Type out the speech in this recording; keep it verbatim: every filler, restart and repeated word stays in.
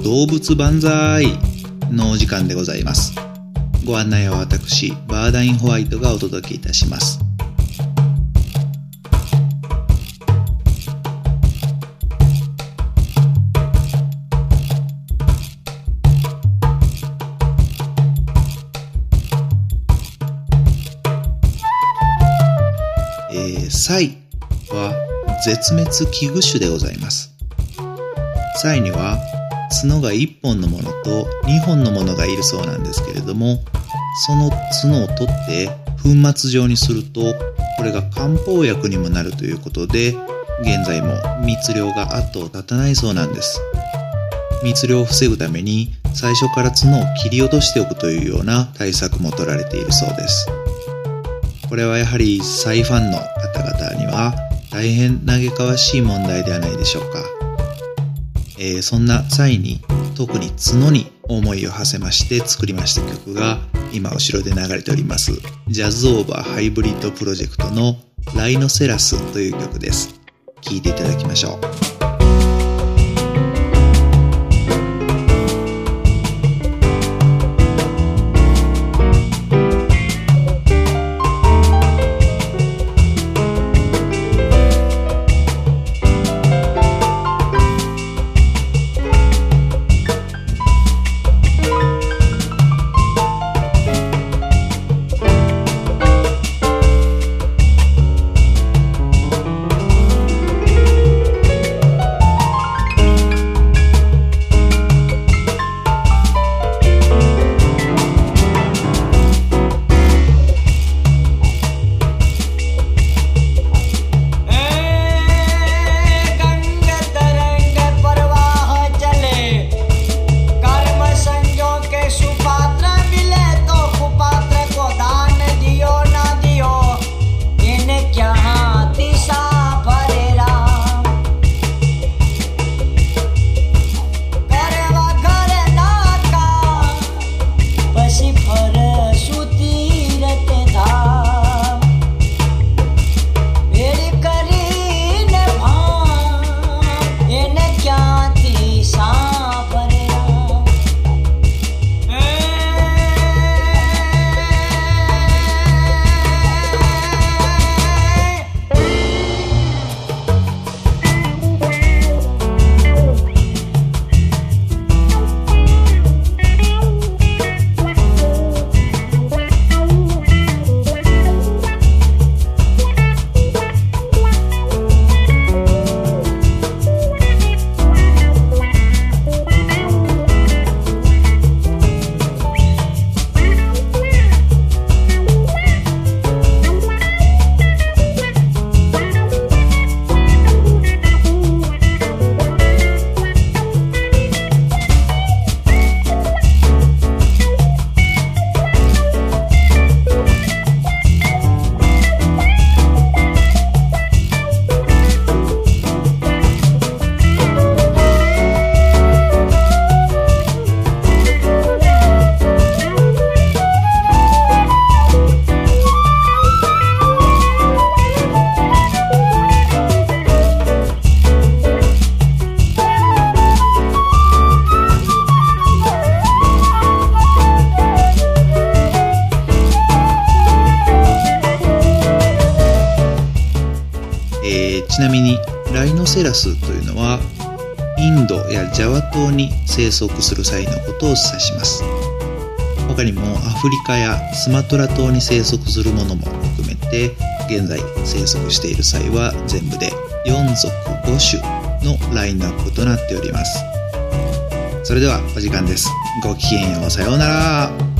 動物万歳のお時間でございます。ご案内は私、バーダインホワイトがお届けいたします。えー、サイは絶滅危惧種でございます。サイには角がいっぽんのものとにほんのものがいるそうなんですけれども、その角を取って粉末状にすると、これが漢方薬にもなるということで、現在も密猟が後を絶たないそうなんです。密猟を防ぐために最初から角を切り落としておくというような対策も取られているそうです。これはやはりサイファンの方々には大変嘆かわしい問題ではないでしょうか。えー、そんなサイに特に角に思いを馳せまして作りました曲が今後ろで流れておりますジャズオーバーハイブリッドプロジェクトのライノセラスという曲です。聴いていただきましょう。えー、ちなみにライノセラスというのはインドやジャワ島に生息するサイのことを指します。他にもアフリカやスマトラ島に生息するものも含めて現在生息しているサイは全部でよんぞくごしゅのラインナップとなっております。それではお時間です。ごきげんよう。さようなら。